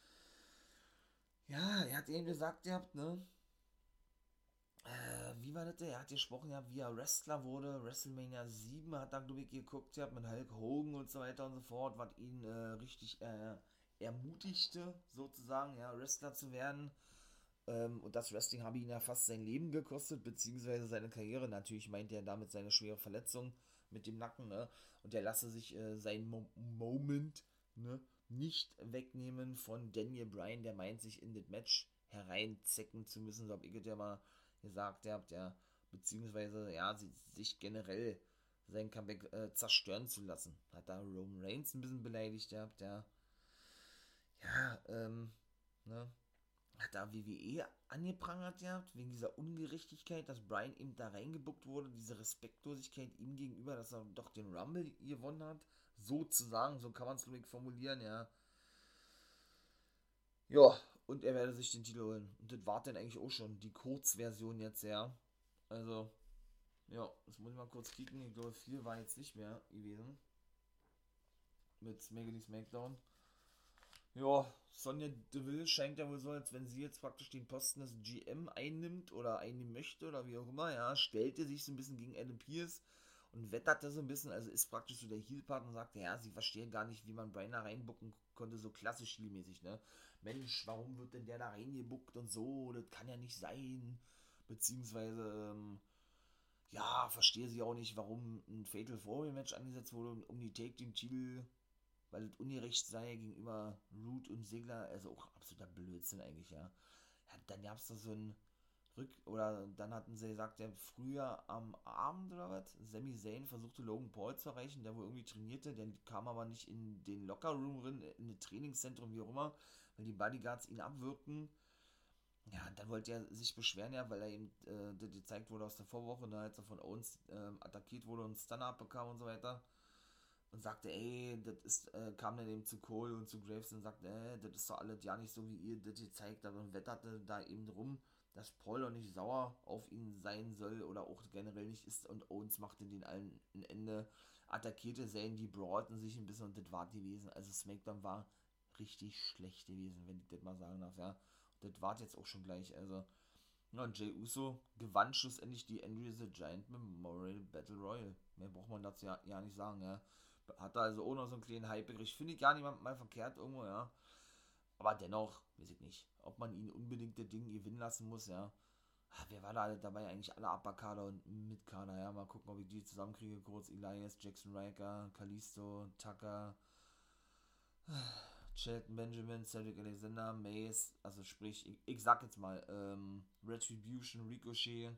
ja, er hat eben gesagt, ihr habt, ne, äh, wie war das? Er hat gesprochen, ja, wie er Wrestler wurde. WrestleMania sieben hat da, glaube ich, geguckt, ja, mit Hulk Hogan und so weiter und so fort, was ihn äh, richtig äh, ermutigte, sozusagen, ja, Wrestler zu werden. Ähm, und das Wrestling habe ihn ja fast sein Leben gekostet, beziehungsweise seine Karriere. Natürlich meint er damit seine schwere Verletzung mit dem Nacken, ne? Und er lasse sich äh, seinen Mo- Moment ne, nicht wegnehmen von Daniel Bryan, der meint, sich in das Match hereinzecken zu müssen, so hab ich es ja mal gesagt habt, ja, beziehungsweise, ja, sie, sich generell sein Comeback äh, zerstören zu lassen. Hat da Roman Reigns ein bisschen beleidigt gehabt, ja. Ja, ähm, ne, hat da W W E angeprangert gehabt, wegen dieser Ungerechtigkeit, dass Bryan eben da reingebuckt wurde, diese Respektlosigkeit ihm gegenüber, dass er doch den Rumble gewonnen hat, sozusagen, so kann man es glaube formulieren, ja. Ja, und er werde sich den Titel holen. Und das war dann eigentlich auch schon die Kurzversion jetzt, ja. Also, ja, das muss ich mal kurz kicken. Ich glaube, viel war jetzt nicht mehr gewesen. Mit Smackity Smackdown. Ja, Sonja Deville scheint ja wohl so, als wenn sie jetzt praktisch den Posten des G M einnimmt oder einnehmen möchte oder wie auch immer, ja, stellte sich so ein bisschen gegen Adam Pearce und wetterte so ein bisschen, also ist praktisch so der Heel-Part und sagte, ja, sie verstehe gar nicht, wie man Brian da reinbucken konnte, so klassisch Heel-mäßig, ne? Mensch, warum wird denn der da reingebuckt und so, das kann ja nicht sein, beziehungsweise, ähm, ja, verstehe sie auch nicht, warum ein Fatal Four-Way-Match angesetzt wurde, um die Take-Team-Titel, weil es ungerecht sei gegenüber Root und Sigler, also auch absoluter Blödsinn eigentlich, ja. Ja, dann gab es da so ein Rück, oder dann hatten sie gesagt, ja, früher am Abend oder was, Sami Zayn versuchte Logan Paul zu erreichen, der wohl irgendwie trainierte, der kam aber nicht in den Lockerroom rein, in das Trainingszentrum, wie auch immer, weil die Bodyguards ihn abwirkten. Ja, dann wollte er sich beschweren, ja, weil er ihm äh, gezeigt wurde aus der Vorwoche, ne, als er von Owens äh, attackiert wurde und Stunner bekam und so weiter. Und sagte, ey, das ist, äh, kam dann eben zu Cole und zu Graves und sagte, ey, das ist doch alles ja nicht so, wie ihr das gezeigt habt und wetterte da eben drum, dass Paul doch nicht sauer auf ihn sein soll oder auch generell nicht ist und Owens machte den allen ein Ende, attackierte Zayn, die brawlten sich ein bisschen und das war gewesen. Also SmackDown war richtig schlecht gewesen, wenn ich das mal sagen darf, ja. Und das war jetzt auch schon gleich, also. Ja, und Jey Uso gewann schlussendlich die Andre the Giant Memorial Battle Royal. Mehr braucht man dazu ja, ja nicht sagen, ja. Hat da also auch noch so einen kleinen Hype gekriegt. Finde ich gar nicht mal, mal verkehrt irgendwo, ja. Aber dennoch, weiß ich nicht, ob man ihn unbedingt das Ding gewinnen lassen muss, ja. Ah, wer war da alle dabei? Eigentlich alle Upper-Kader und Mid-Kader, ja. Mal gucken, ob ich die zusammenkriege. Kurz Elias, Jackson Riker, Kalisto, Tucker, Shelton Benjamin, Cedric Alexander, Mace, also sprich, ich, ich sag jetzt mal, ähm, Retribution, Ricochet,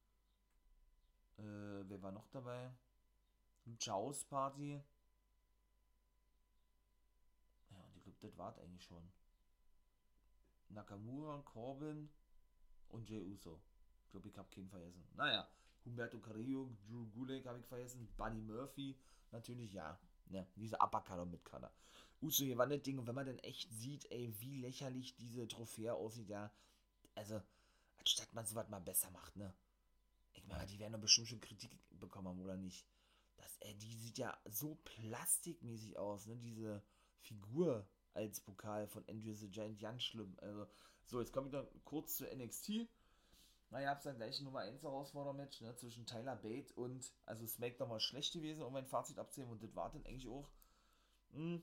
äh, wer war noch dabei? Lucha House Party. Ja, und ich glaube, das war's eigentlich schon. Nakamura, Corbin und Jey Uso. Ich glaube, ich habe keinen vergessen. Naja, Humberto Carrillo, Drew Gulak habe ich vergessen, Buddy Murphy, natürlich, ja. Ne, diese Upper-Kader mit Kader. Uso gewann das Ding und wenn man dann echt sieht, ey, wie lächerlich diese Trophäe aussieht, ja, also, anstatt man sowas mal besser macht, ne? Ich meine, die werden doch bestimmt schon Kritik bekommen haben, oder nicht? Das, ey, die sieht ja so plastikmäßig aus, ne? Diese Figur als Pokal von Andrew the Giant, ganz schlimm. Also, so, jetzt komme ich noch kurz zu N X T. Na, ihr habt dann gleich ein Nummer eins Herausfordermatch, ne, zwischen Tyler Bate und, also SmackDown war schlecht gewesen, um mein Fazit abzunehmen, und das war dann eigentlich auch, mh,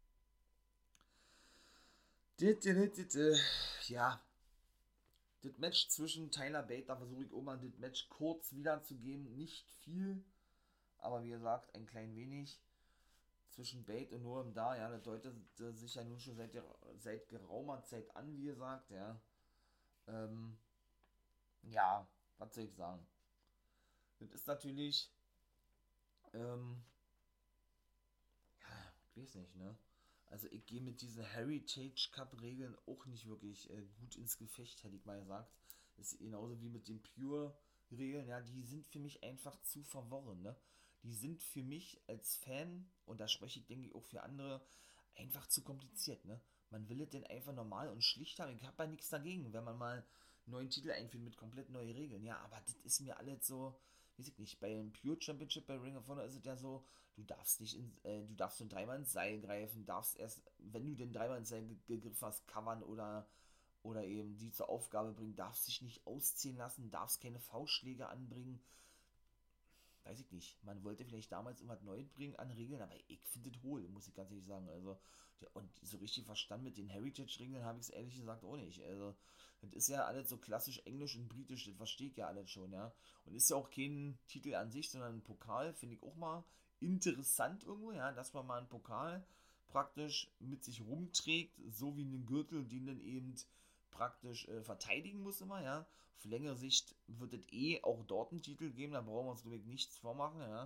dit, dit, dit, dit, äh, ja, das Match zwischen Tyler Bate, da versuche ich auch mal das Match kurz wiederzugeben, nicht viel, aber wie gesagt, ein klein wenig, zwischen Bate und Noam da, ja, das deutete sich ja nun schon seit, der, seit geraumer Zeit an, wie gesagt, ja, ähm, ja, was soll ich sagen, das ist natürlich, ähm, ja, ich weiß nicht, ne? Also ich gehe mit diesen Heritage Cup Regeln auch nicht wirklich äh, gut ins Gefecht, hätte ich mal gesagt. Das ist genauso wie mit den Pure Regeln, ja, die sind für mich einfach zu verworren, ne? Die sind für mich als Fan, und da spreche ich denke ich auch für andere, einfach zu kompliziert, ne? Man will es denn einfach normal und schlicht haben. Ich habe ja nichts dagegen, wenn man mal einen neuen Titel einführt mit komplett neuen Regeln. Ja, aber das ist mir alles so, weiß ich nicht, beim Pure Championship bei Ring of Honor ist es ja so, du darfst nicht in, äh, du darfst nur dreimal ins Seil greifen, darfst erst, wenn du den dreimal ins Seil ge- gegriffen hast, covern oder, oder eben die zur Aufgabe bringen, darfst dich nicht ausziehen lassen, darfst keine Faustschläge anbringen. Weiß ich nicht. Man wollte vielleicht damals irgendwas Neues bringen an Regeln, aber ich finde es hohl, muss ich ganz ehrlich sagen. Also, ja, und so richtig verstanden mit den Heritage-Regeln habe ich es ehrlich gesagt auch nicht. Also, das ist ja alles so klassisch englisch und britisch, das verstehe ich ja alles schon, ja. Und ist ja auch kein Titel an sich, sondern ein Pokal, finde ich auch mal interessant irgendwo, ja, dass man mal einen Pokal, praktisch mit sich rumträgt, so wie einen Gürtel, den dann eben praktisch äh, verteidigen muss immer, ja. Auf längere Sicht wird es eh auch dort einen Titel geben, da brauchen wir uns, glaube ich, nichts vormachen, ja.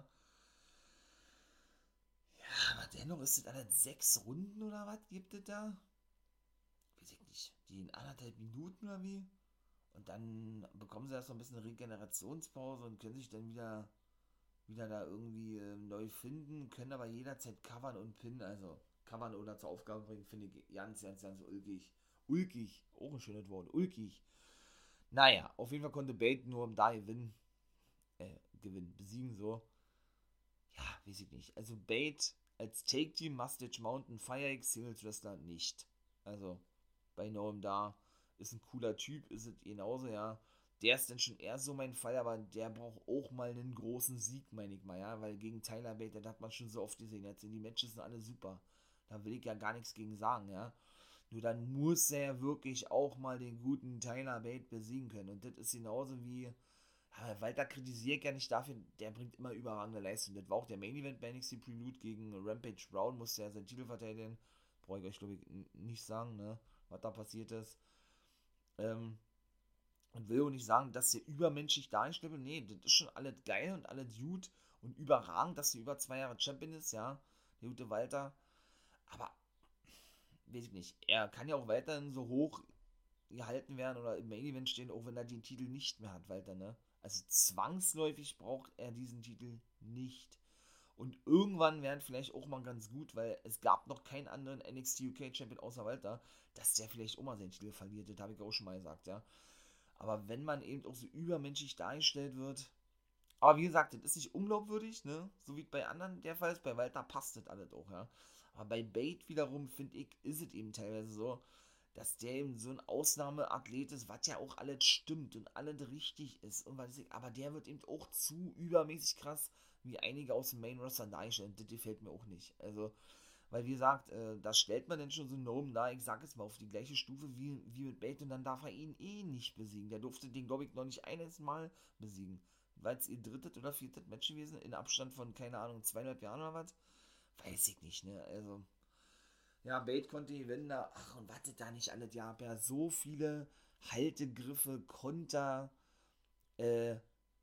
Ja, aber dennoch ist es alle sechs Runden oder was gibt es da? Weiß ich nicht. Die in anderthalb Minuten oder wie? Und dann bekommen sie erst noch ein bisschen Regenerationspause und können sich dann wieder, wieder da irgendwie äh, neu finden, können aber jederzeit covern und pinnen, also covern oder zur Aufgabe bringen, finde ich ganz, ganz, ganz ulkig. Ulkig, auch ein schönes Wort, ulkig. Naja, auf jeden Fall konnte Bate nur um da gewinnen, äh, gewinnen, besiegen so. Ja, weiß ich nicht. Also Bate als Take-Team, Mustache Mountain, Fire X Singles Wrestler nicht. Also bei Noam da ist ein cooler Typ, ist es genauso, ja. Der ist dann schon eher so mein Fall, aber der braucht auch mal einen großen Sieg, meine ich mal, ja, weil gegen Tyler Bate, das hat man schon so oft gesehen, jetzt sind die Matches sind alle super. Da will ich ja gar nichts gegen sagen, ja. Nur dann muss er wirklich auch mal den guten Tyler Bate besiegen können. Und das ist genauso wie, ja, Walter kritisiert ja nicht dafür, der bringt immer überragende Leistung. Das war auch der Main Event bei N X T Prelude gegen Rampage Brown, musste ja seinen Titel verteidigen. Brauche ich euch, glaube ich, n- nicht sagen, ne, was da passiert ist. Ähm, und will auch nicht sagen, dass der übermenschlich dargestellt wird. Nee, das ist schon alles geil und alles gut und überragend, dass der über zwei Jahre Champion ist, ja, der gute Walter. Aber, weiß ich nicht, er kann ja auch weiterhin so hoch gehalten werden oder im Main Event stehen, auch wenn er den Titel nicht mehr hat, Walter, ne? Also zwangsläufig braucht er diesen Titel nicht. Und irgendwann wären vielleicht auch mal ganz gut, weil es gab noch keinen anderen N X T U K Champion außer Walter, dass der vielleicht auch mal seinen Titel verliert. Das habe ich auch schon mal gesagt, ja. Aber wenn man eben auch so übermenschlich dargestellt wird, aber wie gesagt, das ist nicht unglaubwürdig, ne? So wie es bei anderen der Fall ist. Bei Walter passt das alles auch, ja. Aber bei Bate wiederum, finde ich, ist es eben teilweise so, dass der eben so ein Ausnahmeathlet ist, was ja auch alles stimmt und alles richtig ist. Und was ich, aber der wird eben auch zu übermäßig krass, wie einige aus dem Main Roster darstellen. Das gefällt mir auch nicht. Also, weil wie gesagt, äh, da stellt man dann schon so einen Nomen da, ich sag es mal, auf die gleiche Stufe wie, wie mit Bate und dann darf er ihn eh nicht besiegen. Der durfte den, glaube ich, noch nicht eines Mal besiegen. Weil es ihr drittes oder viertes Match gewesen, in Abstand von, keine Ahnung, zweieinhalb Jahren oder was? Weiß ich nicht, ne? Also, ja, Bate konnte gewinnen, da, ach, und wartet da nicht alles, ja, ja, so viele Haltegriffe, Konter, äh,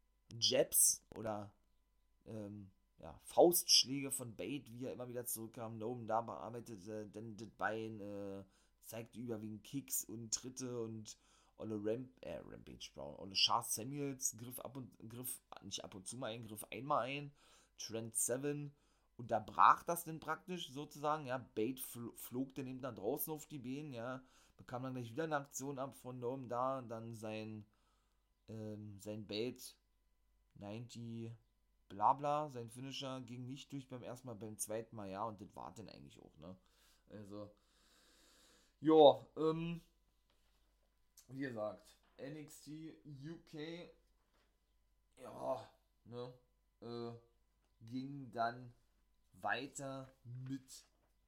Jabs oder, ähm, ja, Faustschläge von Bate, wie er immer wieder zurückkam. Noam da bearbeitete dann das Bein, äh, zeigte überwiegend Kicks und Tritte und Olle Ramp, äh, Rampage Brown, Olle Charles Samuels griff ab und griff, nicht ab und zu mal ein, griff einmal ein. Trent Seven unterbrach das denn praktisch sozusagen, ja. Bate fl- flog dann eben dann draußen auf die Beine, ja. Bekam dann gleich wieder eine Aktion ab von Noam da, dann sein, ähm, sein Bate neunzig Blabla, sein Finisher ging nicht durch beim ersten Mal, beim zweiten Mal ja, und das war dann eigentlich auch, ne? Also, ja, ähm, wie gesagt, N X T U K, ja, ne, äh, ging dann weiter mit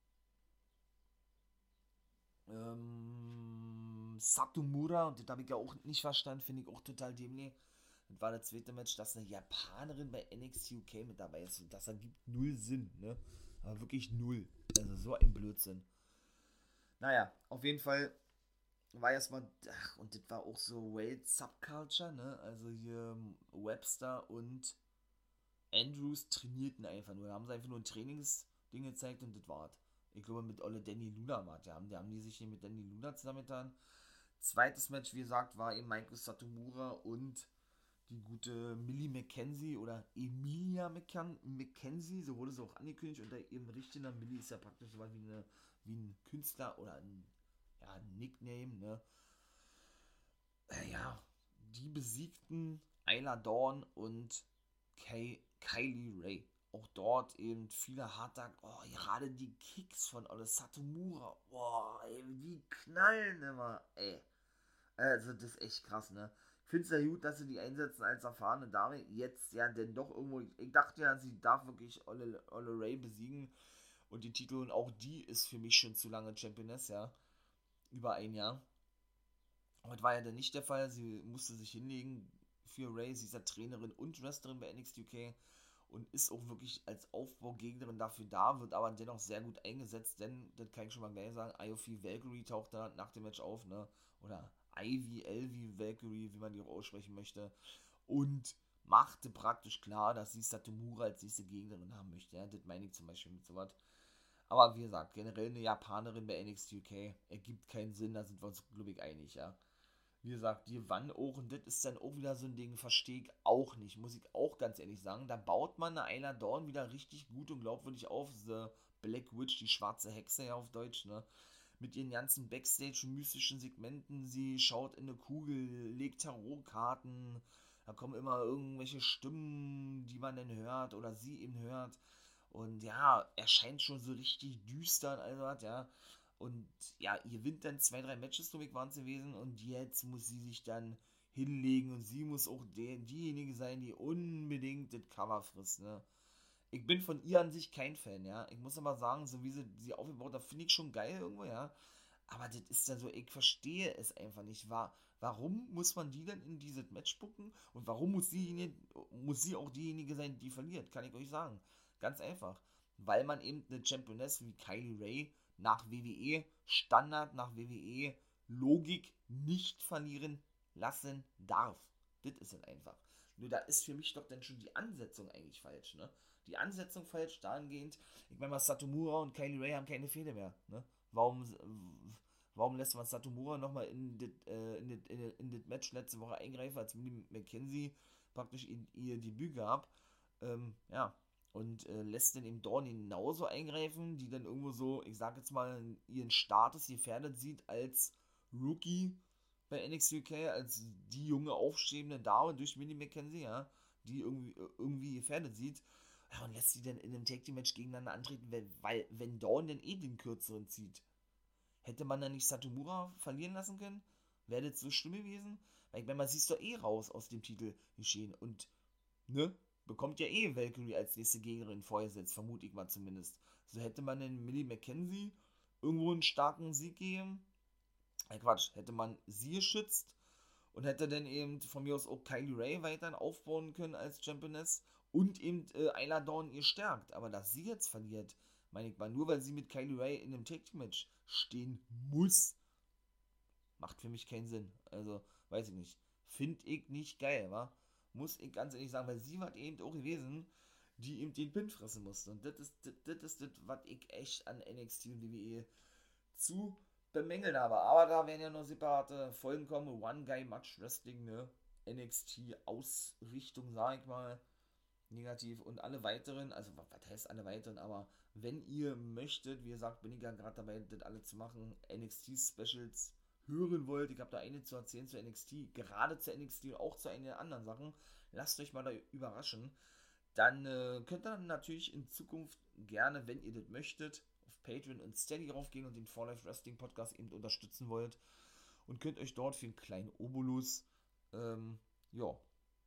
ähm, Satomura, und das habe ich ja auch nicht verstanden, finde ich auch total dämlich. Das war das zweite Match, dass eine Japanerin bei N X T U K mit dabei ist. Und das ergibt null Sinn, ne? Aber wirklich null. Also so ein Blödsinn. Naja, auf jeden Fall war erstmal, ach, und das war auch so Wade Subculture, ne? Also hier Webster und Andrews trainierten einfach nur. Da haben sie einfach nur ein Trainingsding gezeigt und das war's. Ich glaube, mit Olle Danny Luna war die haben, die haben die sich hier mit Danny Luna zusammengetan. Zweites Match, wie gesagt, war eben Michael Satomura und die gute Millie McKenzie oder Emilia McKen McKenzie, so wurde sie auch angekündigt, unter ihrem richtigen Namen. Millie ist ja praktisch so was wie, eine, wie ein Künstler oder ein, ja, ein Nickname, ne? Äh, ja, die besiegten Ayla Dawn und Kay, Kylie Ray. Auch dort eben viele Hardtag, oh, gerade die Kicks von Ole Satomura, boah, ey, die knallen immer, ey. Also, das ist echt krass, ne? Ich finde es ja gut, dass sie die einsetzen als erfahrene Dame. Jetzt ja, denn doch irgendwo. Ich dachte ja, sie darf wirklich Olle, Olle Ray besiegen und die Titel. Und auch die ist für mich schon zu lange Championess, ja. Über ein Jahr. Aber das war ja dann nicht der Fall. Sie musste sich hinlegen für Ray. Sie ist ja Trainerin und Wrestlerin bei N X T U K. und ist auch wirklich als Aufbaugegnerin dafür da, wird aber dennoch sehr gut eingesetzt, denn, das kann ich schon mal gleich sagen, Iofi Valkyrie taucht da nach dem Match auf, ne, oder Ivy, Elvi Valkyrie, wie man die auch aussprechen möchte, und machte praktisch klar, dass sie Satomura als nächste Gegnerin haben möchte, ja, das meine ich zum Beispiel mit sowas. Aber wie gesagt, generell eine Japanerin bei N X T U K ergibt keinen Sinn, da sind wir uns, glaube ich, einig, ja. Wie gesagt, die wann auch, und das ist dann auch wieder so ein Ding, verstehe ich auch nicht, muss ich auch ganz ehrlich sagen. Da baut man eine Ayla Dawn wieder richtig gut und glaubwürdig auf, The Black Witch, die schwarze Hexe ja auf Deutsch, ne? Mit ihren ganzen Backstage-mystischen Segmenten, sie schaut in eine Kugel, legt Tarotkarten, da kommen immer irgendwelche Stimmen, die man dann hört oder sie eben hört. Und ja, erscheint schon so richtig düster und all was, ja. Und ja, ihr gewinnt dann zwei, drei Matches, glaube ich, waren es gewesen. Und jetzt muss sie sich dann hinlegen und sie muss auch die, diejenige sein, die unbedingt das Cover frisst, ne. Ich bin von ihr an sich kein Fan, ja. Ich muss aber sagen, so wie sie sie aufgebaut hat, finde ich schon geil irgendwo, ja. Aber das ist dann so, ich verstehe es einfach nicht. War, warum muss man die denn in dieses Match spucken? Und warum muss sie, muss sie auch diejenige sein, die verliert? Kann ich euch sagen. Ganz einfach. Weil man eben eine Championess wie Kylie Ray nach W W E Standard, nach W W E Logik nicht verlieren lassen darf. Das ist es einfach. Nur da ist für mich doch dann schon die Ansetzung eigentlich falsch, ne? Die Ansetzung falsch dahingehend, ich meine mal, Satomura und Kylie Ray haben keine Fehde mehr, ne? Warum, warum lässt man Satomura nochmal in das äh, in das, in das Match letzte Woche eingreifen, als Millie McKenzie praktisch in ihr Debüt gab? Ähm, ja, und äh, lässt dann eben Dawn genauso eingreifen, die dann irgendwo so, ich sag jetzt mal, ihren Status gefährdet sieht als Rookie bei N X T U K, als die junge aufstrebende Dame durch Millie McKenzie, ja, die irgendwie, irgendwie gefährdet sieht. Ja, und lässt sie dann in einem Tag Team Match gegeneinander antreten, weil, weil wenn Dawn dann eh den kürzeren zieht, hätte man dann nicht Satomura verlieren lassen können? Wäre das so schlimm gewesen? Weil ich meine, man siehst doch eh raus aus dem Titel geschehen und, ne, bekommt ja eh Valkyrie als nächste Gegnerin vorgesetzt, vermute ich mal zumindest. So hätte man den Millie McKenzie irgendwo einen starken Sieg gegeben. Äh, Quatsch, hätte man sie geschützt und hätte dann eben von mir aus auch Kylie Ray weiterhin aufbauen können als Championess und eben äh, Ayla Dawn ihr stärkt. Aber dass sie jetzt verliert, meine ich mal, nur weil sie mit Kylie Ray in einem Tag Team Match stehen muss, macht für mich keinen Sinn. Also, weiß ich nicht. Finde ich nicht geil, wa? Muss ich ganz ehrlich sagen, weil sie war eben auch gewesen, die eben den Pin fressen musste. Und das ist das, das, ist das was ich echt an N X T und W W E zu bemängeln habe. Aber da werden ja noch separate Folgen kommen. One Guy Match Wrestling, ne? N X T Ausrichtung, sag ich mal. Negativ. Und alle weiteren, also was heißt alle weiteren, aber wenn ihr möchtet, wie gesagt, bin ich ja gerade dabei, das alle zu machen, N X T Specials hören wollt, ich habe da eine zu erzählen zu N X T, gerade zu N X T und auch zu einigen anderen Sachen, lasst euch mal da überraschen. Dann äh, könnt ihr dann natürlich in Zukunft gerne, wenn ihr das möchtet, auf Patreon und Steady raufgehen und den For Life Wrestling Podcast eben unterstützen wollt und könnt euch dort für einen kleinen Obolus ähm, ja,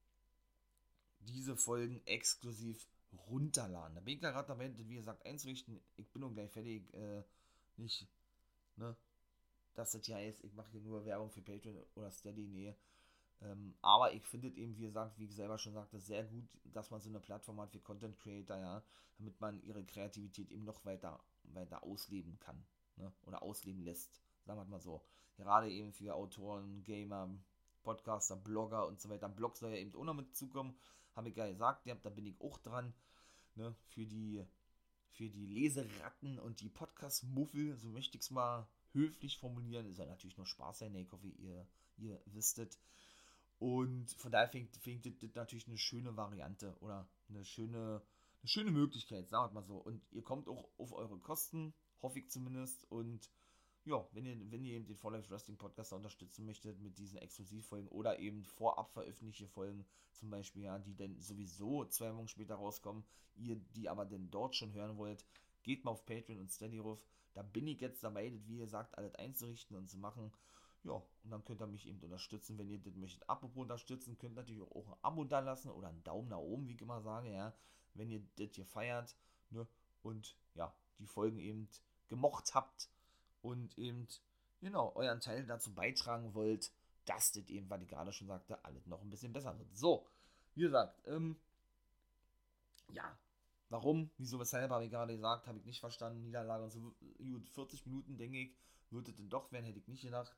diese Folgen exklusiv runterladen. Da bin ich ja gerade dabei, wie gesagt, einzurichten. Ich bin nun gleich fertig. Äh, nicht, ne? Dass das ja heißt, ich mache hier nur Werbung für Patreon oder Steady. Nee. Ähm, aber ich finde es eben, wie gesagt, wie ich selber schon sagte, sehr gut, dass man so eine Plattform hat für Content Creator, ja, damit man ihre Kreativität eben noch weiter, weiter ausleben kann, ne? Oder ausleben lässt, sagen wir mal so. Gerade eben für Autoren, Gamer, Podcaster, Blogger und so weiter. Blog soll ja eben auch noch mit zukommen, habe ich ja gesagt, ja, da bin ich auch dran, ne? Für die, für die Leseratten und die Podcast-Muffel, so möchte ich es mal höflich formulieren, ist ja natürlich nur Spaß sein, ne? Ich hoffe, ihr, ihr wisstet. Und von daher finde ich das natürlich eine schöne Variante oder eine schöne, eine schöne Möglichkeit, sagen wir mal so. Und ihr kommt auch auf eure Kosten, hoffe ich zumindest. Und ja, wenn ihr, wenn ihr eben den For Life Wrestling Podcast unterstützen möchtet mit diesen Exklusivfolgen oder eben vorab veröffentlichte Folgen, zum Beispiel, ja, die dann sowieso zwei Wochen später rauskommen, ihr die aber dann dort schon hören wollt, geht mal auf Patreon und Steady ruf. Da bin ich jetzt dabei, das, wie gesagt, alles einzurichten und zu machen. Ja, und dann könnt ihr mich eben unterstützen, wenn ihr das möchtet. Apropos unterstützen, könnt ihr natürlich auch ein Abo da lassen oder einen Daumen nach oben, wie ich immer sage, ja, wenn ihr das hier feiert, ne, und ja, die Folgen eben gemocht habt und eben, genau, euren Teil dazu beitragen wollt, dass das eben, was ich gerade schon sagte, alles noch ein bisschen besser wird. So, wie gesagt, ähm, ja, warum, wieso, weshalb, habe ich gerade gesagt, habe ich nicht verstanden. Niederlage und so, gut, vierzig Minuten, denke ich, würde es denn doch werden, hätte ich nicht gedacht.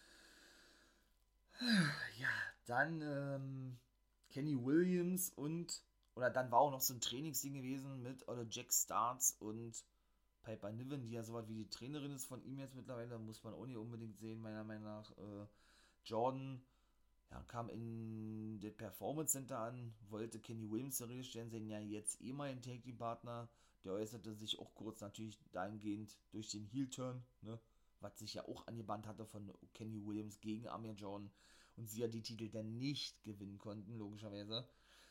Ja, dann ähm, Kenny Williams und, oder dann war auch noch so ein Trainingsding gewesen mit oder Jack Starks und Piper Niven, die ja sowas wie die Trainerin ist von ihm jetzt mittlerweile, muss man auch nicht unbedingt sehen, meiner Meinung nach. Äh, Jordan, ja, kam in das Performance Center an, wollte Kenny Williams zur Rede stellen, sind ja jetzt eh mal ein Take-Team-Partner. Der äußerte sich auch kurz natürlich dahingehend durch den Heel-Turn, ne, was sich ja auch angebannt hatte von Kenny Williams gegen Amir Jordan und sie ja die Titel dann nicht gewinnen konnten, logischerweise.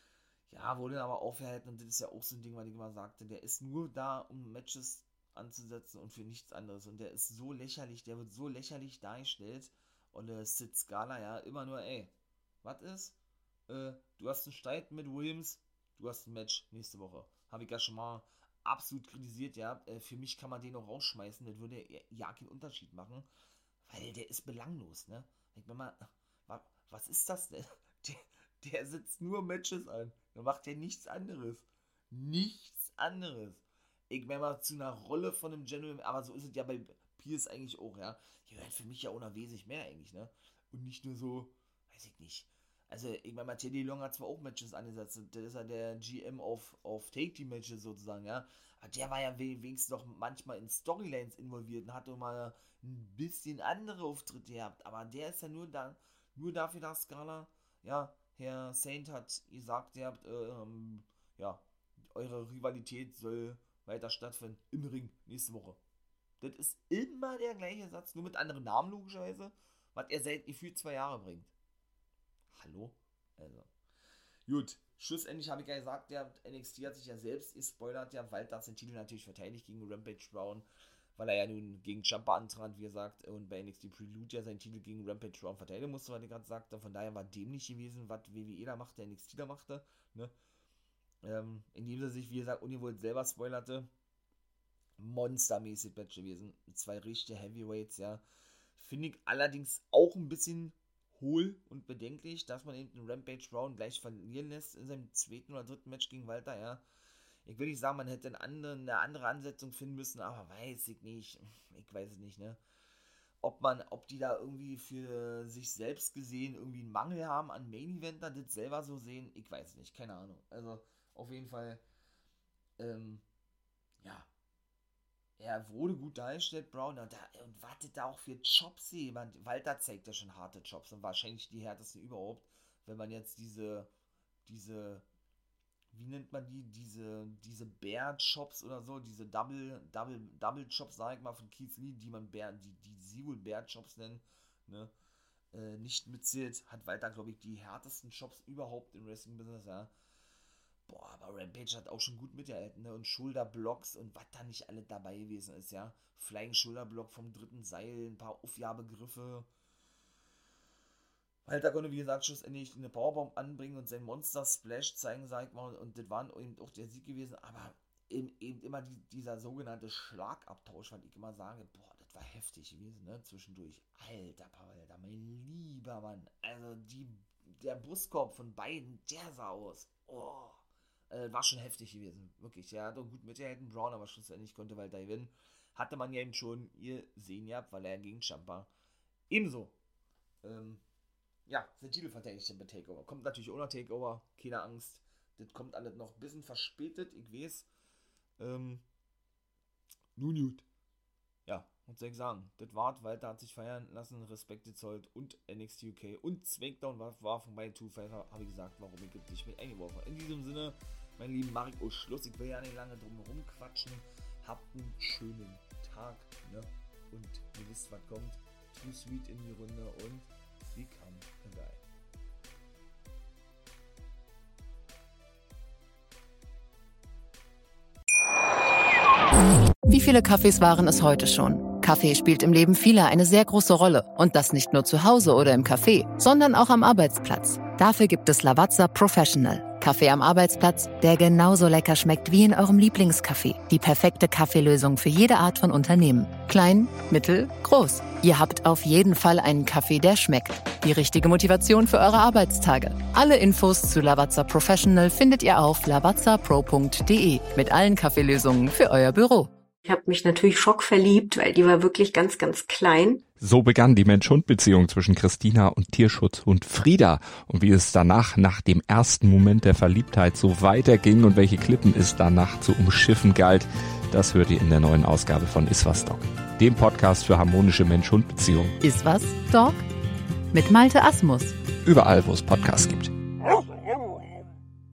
Ja, wurde aber aufgehalten und das ist ja auch so ein Ding, was ich immer sagte, der ist nur da, um Matches anzusetzen und für nichts anderes und der ist so lächerlich, der wird so lächerlich dargestellt und der Sid Scala, ja, immer nur, ey, was ist? Äh, du hast einen Streit mit Williams, du hast ein Match nächste Woche. Habe ich ja schon mal absolut kritisiert, ja, äh, für mich kann man den auch rausschmeißen, das würde ja keinen Unterschied machen, weil der ist belanglos, ne? Ich meine mal, wa- was ist das denn? Der, der setzt nur Matches an, der macht ja nichts anderes. Nichts anderes. Ich meine mal zu einer Rolle von einem General, aber so ist es ja bei Pierce eigentlich auch, ja. Die gehört für mich ja unwesentlich mehr eigentlich, ne? Und nicht nur so, weiß ich nicht. Also, ich meine mal, Teddy Long hat zwar auch Matches angesetzt, das ist ja der G M auf, auf Take-Team-Matches sozusagen, ja. Aber der war ja wenigstens noch manchmal in Storylines involviert und hatte mal ein bisschen andere Auftritte gehabt. Aber der ist ja nur da, nur dafür da, Skala, ja, Herr Saint hat gesagt, ihr habt, ähm, ja, eure Rivalität soll weiter stattfinden im Ring nächste Woche. Das ist immer der gleiche Satz, nur mit anderen Namen logischerweise, was er seit gefühlt zwei Jahre bringt. Hallo? Also. Gut, schlussendlich habe ich ja gesagt, der N X T hat sich ja selbst gespoilert, ja, Walter hat den Titel natürlich verteidigt gegen Rampage Brown, weil er ja nun gegen Ciampa antrat, wie gesagt, und bei N X T Prelude ja seinen Titel gegen Rampage Brown verteidigen musste, was ich gerade sagte. Von daher war dämlich gewesen, was W W E da machte, N X T da machte, ne? Ähm, indem sie sich, wie gesagt, ungewollt selber spoilerte. Monstermäßig Match gewesen. Zwei richtige Heavyweights, ja. Finde ich allerdings auch ein bisschen hohl und bedenklich, dass man eben den Rampage Brown gleich verlieren lässt in seinem zweiten oder dritten Match gegen Walter, ja. Ich will nicht sagen, man hätte eine andere, eine andere Ansetzung finden müssen, aber weiß ich nicht. Ich weiß es nicht, ne. Ob man, ob die da irgendwie für sich selbst gesehen irgendwie einen Mangel haben an Main-Eventer, das selber so sehen, ich weiß nicht, keine Ahnung. Also, auf jeden Fall, ähm, ja, er wurde gut dargestellt, Brown, und, da, und wartet da auch für Chops jemand. Walter zeigt ja schon harte Chops und wahrscheinlich die härtesten überhaupt, wenn man jetzt diese, diese, wie nennt man die, diese, diese Bear Chops oder so, diese Double, Double, Double Chops, sag ich mal, von Keith Lee, die man Bear, die, die sie wohl Bear Chops nennen, ne, äh, nicht mitzählt, hat Walter, glaube ich, die härtesten Chops überhaupt im Wrestling-Business, ja. Boah, aber Rampage hat auch schon gut mitgehalten, ne? Und Schulterblocks und was da nicht alle dabei gewesen ist, ja. Flying Schulterblock vom dritten Seil, ein paar Aufjahrbegriffe. Walter konnte, wie gesagt, schlussendlich eine Powerbomb anbringen und sein Monster Splash zeigen, sag ich mal. Und das war eben auch der Sieg gewesen. Aber eben, eben immer die, dieser sogenannte Schlagabtausch, was ich immer sage, boah, das war heftig gewesen, ne? Zwischendurch. Alter Pavel, mein lieber Mann. Also die, der Brustkorb von beiden, der sah aus. Oh. Äh, war schon heftig gewesen, wirklich. Er hat auch gut mitgehalten, Brown, aber schlussendlich konnte Walter gewinnen. Hatte man ja eben schon gesehen gehabt, weil er gegen Ciampa ebenso, ähm, ja, den Titel verteidigt bei Takeover. Kommt natürlich ohne Takeover, keine Angst. Das kommt alles noch ein bisschen verspätet, ich weiß. Ähm, nun gut. Ja, was soll ich sagen? Das war's, Walter hat sich feiern lassen, Respekt gezollt und N X T U K und Smackdown war, war von meinen Two Five, habe ich gesagt, warum ich dich mit eingeworfen. In diesem Sinne, mein lieben Marco, Schluss, ich will ja nicht lange drum herum quatschen. Habt einen schönen Tag, ne? Und ihr wisst, was kommt. Too Sweet in die Runde und Become a Guy. Wie viele Kaffees waren es heute schon? Kaffee spielt im Leben vieler eine sehr große Rolle. Und das nicht nur zu Hause oder im Café, sondern auch am Arbeitsplatz. Dafür gibt es Lavazza Professional. Kaffee am Arbeitsplatz, der genauso lecker schmeckt wie in eurem Lieblingscafé. Die perfekte Kaffeelösung für jede Art von Unternehmen. Klein, mittel, groß. Ihr habt auf jeden Fall einen Kaffee, der schmeckt. Die richtige Motivation für eure Arbeitstage. Alle Infos zu Lavazza Professional findet ihr auf lavazza pro punkt de mit allen Kaffeelösungen für euer Büro. Ich habe mich natürlich schockverliebt, weil die war wirklich ganz, ganz klein. So begann die Mensch-Hund-Beziehung zwischen Christina und Tierschutzhund Frieda. Und wie es danach, nach dem ersten Moment der Verliebtheit, so weiterging und welche Klippen es danach zu umschiffen galt, das hört ihr in der neuen Ausgabe von Iswas Dog, dem Podcast für harmonische Mensch-Hund-Beziehungen. Iswas Dog? Mit Malte Asmus. Überall, wo es Podcasts gibt.